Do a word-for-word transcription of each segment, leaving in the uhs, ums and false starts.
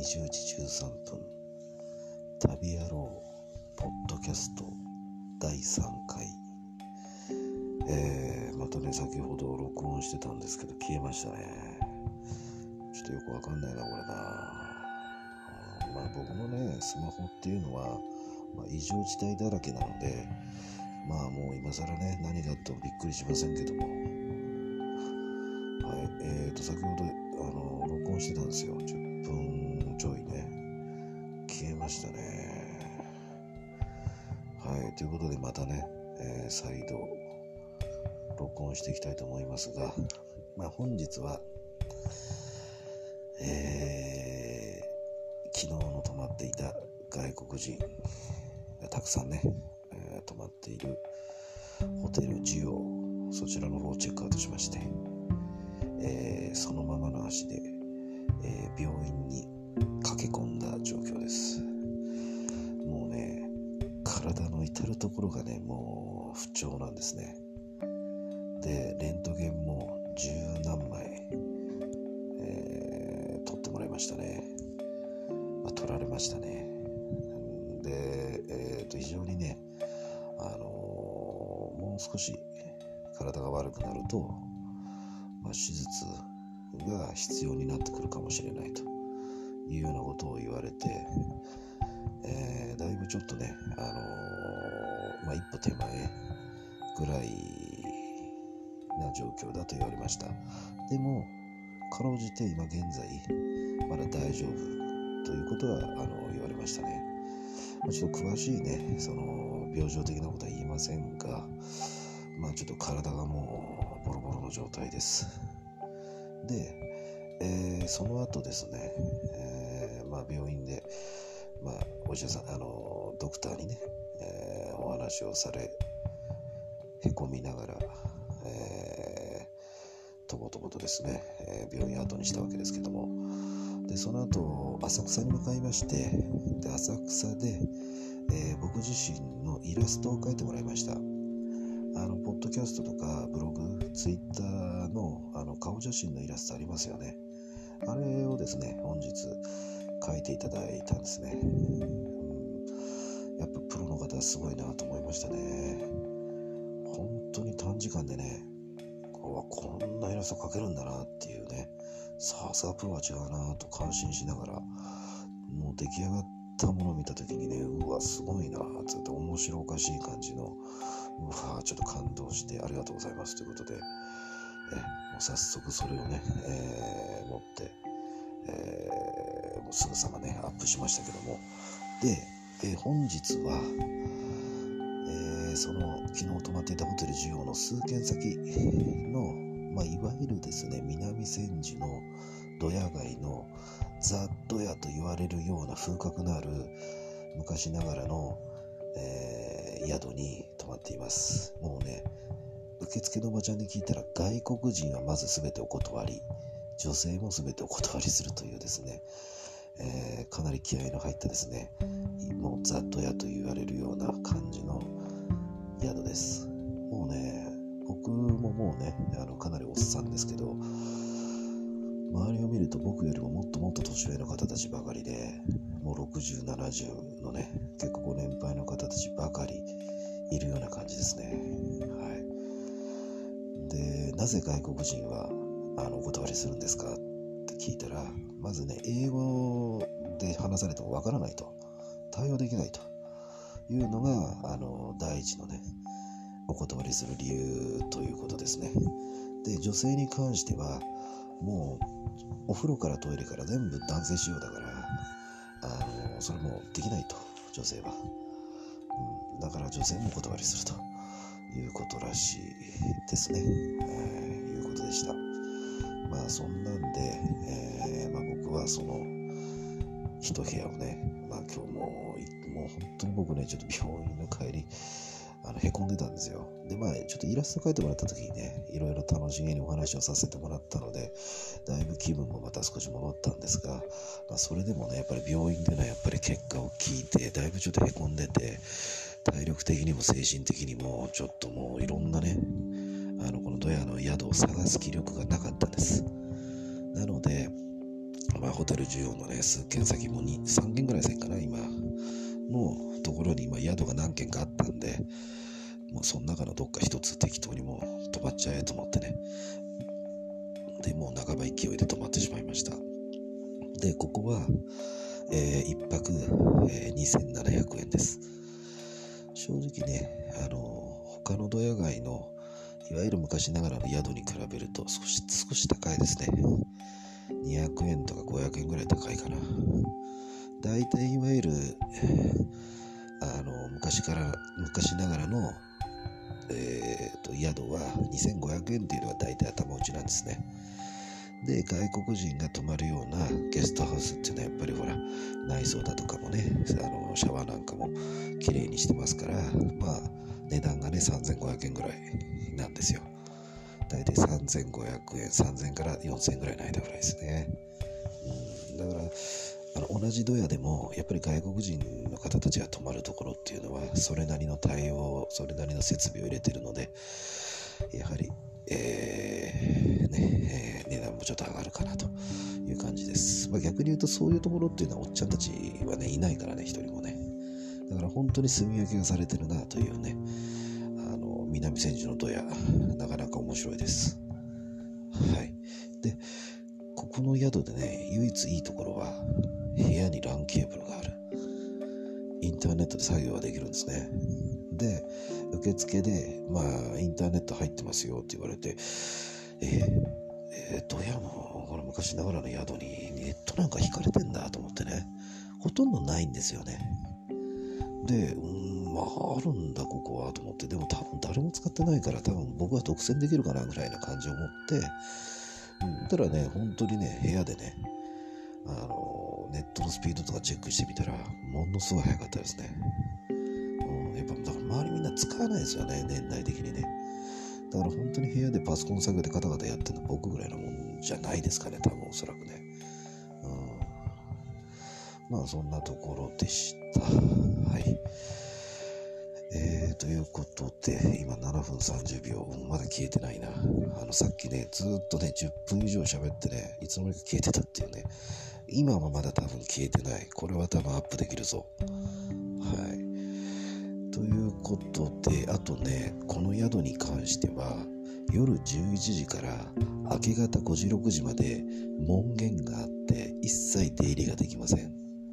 じゅうじじゅうさんぷん旅野郎ポッドキャストだいさんかい、えー、またね先ほど録音してたんですけど消えましたね。ちょっとよくわかんないなこれな。まあ僕のねスマホっていうのは、まあ、異常事態だらけなので、まあもう今更ね何があってもびっくりしませんけども、はい、えーと先ほどあの録音してたんですよ。じゅっぷんちょいね消えましたね。はい、ということでまたね、えー、再度録音していきたいと思いますが、まあ本日はえー、昨日の泊まっていた外国人がたくさんね、えー、泊まっているホテルジオ、そちらの方をチェックアウトしまして、えー、そのままの足で、えー、病院に駆け込んだ状況です。もうね体の至るところがねもう不調なんですね。でレントゲンも十何枚、えー、撮ってもらいましたね。まあ、撮られましたね。で、えー、と非常にね、あのー、もう少し体が悪くなると、まあ、手術が必要になってくるかもしれないというようなことを言われて、えー、だいぶちょっとね、あのーまあ、一歩手前ぐらいな状況だと言われました。でもかろうじて今現在まだ大丈夫ということはあの言われましたね。まあ、ちょっと詳しいねその病状的なことは言いませんが、まあちょっと体がもうボロボロの状態です。で、えー、その後ですね、えーまあ、病院で、まあ、お医者さんあのドクターにね、えー、お話をされへこみながら、えー、とぼとぼとですね、えー、病院後にしたわけですけども、でその後浅草に向かいまして、で浅草で、えー、僕自身のイラストを描いてもらいました。あのポッドキャストとかブログ、ツイッター の, あの顔写真のイラストありますよね。あれをですね本日描いていただいたんですね。うん、やっぱプロの方はすごいなと思いましたね。本当に短時間でね こ, こんなイラスト描けるんだなっていうね、さすがプロは違うなと感心しながら、もう出来上がったものを見た時にね、うわすごいなつって面白おかしい感じの、うわちょっと感動してありがとうございますということで、えもう早速それをね、えー、持って、えー、もうすぐさまねアップしましたけども、で、えー、本日は、えー、その昨日泊まっていたホテルジオの数軒先の、まあ、いわゆるですね南千住のドヤ街のザ・ドヤと言われるような風格のある昔ながらの、えー、宿に泊まっています。もうね受付のおばちゃんに聞いたら外国人はまず全てお断り、女性も全てお断りするというですね、えー、かなり気合いの入ったですねもうザ・ドヤと言われるような感じの宿です。もうね僕ももうねあのかなりおっさんですけど、周りを見ると僕よりももっともっと年上の方たちばかりで、もうろくじゅう、ななじゅうのね結構ご年配の方たちばかりいるような感じですね。はい。でなぜ外国人はあのお断りするんですかって聞いたら、まずね英語で話されてもわからないと、対応できないというのがあの第一のねお断りする理由ということですね。で女性に関してはもうお風呂からトイレから全部男性仕様だから、あのそれもできないと女性は、うん、だから女性もお断りするということらしいですね、えー、いうことでした。まあそんなんで、えーまあ、僕はその一部屋をね、まあ今日ももう本当に僕ねちょっと病院の帰りあのへこんでたんですよ。でまあちょっとイラスト描いてもらった時にねいろいろ楽しげにお話をさせてもらったので、だいぶ気分もまた少し戻ったんですが、まあ、それでもねやっぱり病院でのやっぱり結果を聞いてだいぶちょっとへこんでて、体力的にも精神的にもちょっともういろんなねあのこのドヤの宿を探す気力がなかったんです。なのでまあ、ホテル需要のね数軒先もにさんけんぐらい先かな今のところに今宿が何軒かあったんで、もうその中のどっか一つ適当にもう泊まっちゃえと思ってね。でもう半ば勢いで泊まってしまいました。でここは、えー、いっぱく、えー、にせんななひゃくえんです。正直ね、あの他のドヤ街のいわゆる昔ながらの宿に比べると少し少し高いですね。にひゃくえんとかごひゃくえんぐらい高いかな。だいたいいわゆる、えー、あの昔から昔ながらの、えー、と宿はにせんごひゃくえんっていうのはだいたい頭打ちなんですね。で外国人が泊まるようなゲストハウスっていうのはやっぱりほら内装だとかもね、あのシャワーなんかも綺麗にしてますから、まあ値段がねさんぜんごひゃくえんぐらいなんですよ。だいたいさんぜんごひゃくえん、さんぜんえんからよんせんえんぐらいの間ぐらいですね。うん、だからあの同じドヤでもやっぱり外国人の方たちが泊まるところっていうのはそれなりの対応、それなりの設備を入れてるので、やはり、えーねえー、値段もちょっと上がるかなという感じです。まあ、逆に言うとそういうところっていうのはおっちゃんたちはねいないからね、一人もね。だから本当に住み分けがされてるなというね、あの南千住のドヤなかなか面白いです。はい。でここの宿でね唯一いいところは部屋にランケーブルがある。インターネットで作業ができるんですね。で受付でまあインターネット入ってますよって言われて、えー、えー、ドヤのこの昔ながらの宿にネットなんか引かれてんだと思ってね、ほとんどないんですよね。で、うん、まああるんだここはと思って、でも多分誰も使ってないから多分僕は独占できるかなぐらいな感じを持って、うん、たらね本当にね部屋でねあのネットのスピードとかチェックしてみたらものすごい早かったですね。うん、やっぱだから周りみんな使わないですよね、年代的にね。だから本当に部屋でパソコン作業でカタカタやってるの僕ぐらいのもんじゃないですかね、多分おそらくね。うん、まあそんなところでした。はい。えー、ということで今ななふんさんじゅうびょう、まだ消えてないな。あのさっきねずっとねじゅっぷん以上喋ってねいつの間にか消えてたっていうね。今はまだ多分消えてない。これは多分アップできるぞ。はい。ということで、あとねこの宿に関しては夜じゅういちじから明け方ごじろくじまで門限があって一切出入りができません。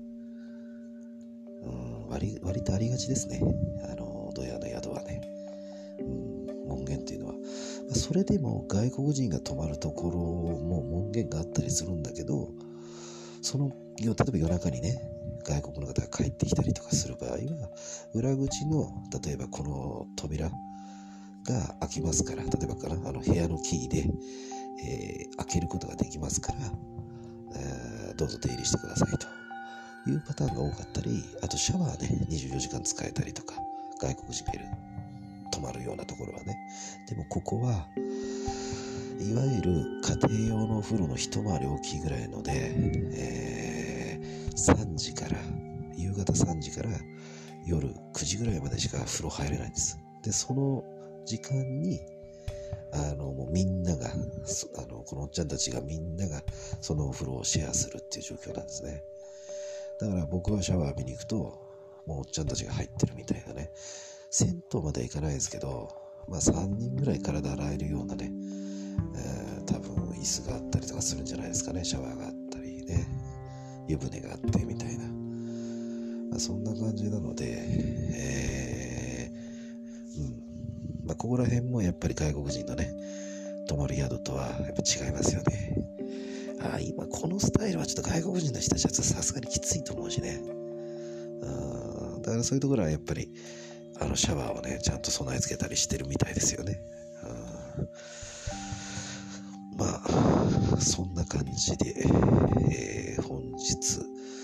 うん、割, 割とありがちですね、あのドヤの宿はね。うん、門限っていうのはそれでも外国人が泊まるところも門限があったりするんだけど、その例えば夜中にね外国の方が帰ってきたりとかする場合は裏口の例えばこの扉が開きますから、例えばかなあの部屋のキーで、えー、開けることができますから、えー、どうぞ出入りしてくださいというパターンが多かったり、あとシャワーねにじゅうよじかん使えたりとか、外国人がいる泊まるようなところはね。でもここはいわゆる家庭用のお風呂の一回り大きいぐらいので、えー、さんじから夕方さんじから夜くじぐらいまでしか風呂入れないんです。でその時間にあのもうみんながあのこのおっちゃんたちがみんながそのお風呂をシェアするっていう状況なんですね。だから僕はシャワー浴びに行くともうおっちゃんたちが入ってるみたいなね。銭湯までは行かないですけど、まあさんにんぐらい体洗えるようなね、えー、多分椅子があったりとかするんじゃないですかね。シャワーがあったりね、湯船があってみたいな、まあ、そんな感じなので、えーうんまあ、ここら辺もやっぱり外国人のね泊まる宿とはやっぱ違いますよね。あ今このスタイルはちょっと外国人の人たちはさすがにきついと思うしね。うんだからそういうところはやっぱりあのシャワーをねちゃんと備え付けたりしてるみたいですよね。うんまあそんな感じで、えー、本日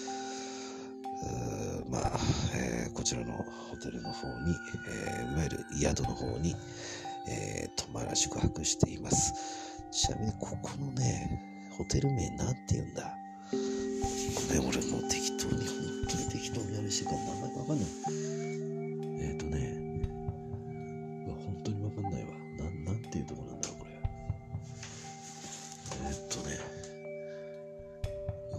まあ、えー、こちらのホテルの方に、えー、いわゆる宿の方に、えー、泊まら宿泊しています。ちなみにここのねホテル名なんて言うんだ。ごめん、俺もう適当に本当に適当にあれしてから名前わかんない。えっ、ー、とね本当にわかんないわ。な ん, なんていうとこなんだろうこれ。えっ、ー、とね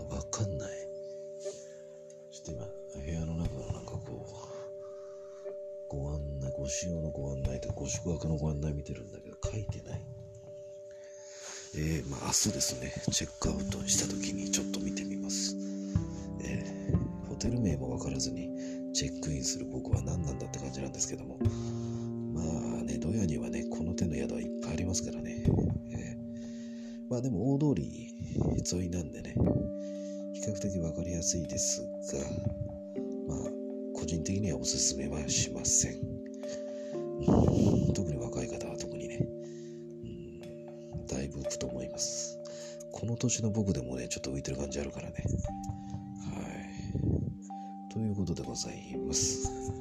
ご使用のご案内とご宿泊のご案内見てるんだけど書いてない。えー、まあ明日ですね、チェックアウトした時にちょっと見てみます。えー、ホテル名も分からずにチェックインする僕は何なんだって感じなんですけども、まあね、ドヤにはね、この手の宿はいっぱいありますからね。えー、まあでも大通り沿いなんでね、比較的分かりやすいですが、まあ個人的にはおすすめはしません。うん、特に若い方は特にね、うん、だいぶ浮くと思います。この年の僕でもね、ちょっと浮いてる感じあるからね。はい。ということでございます。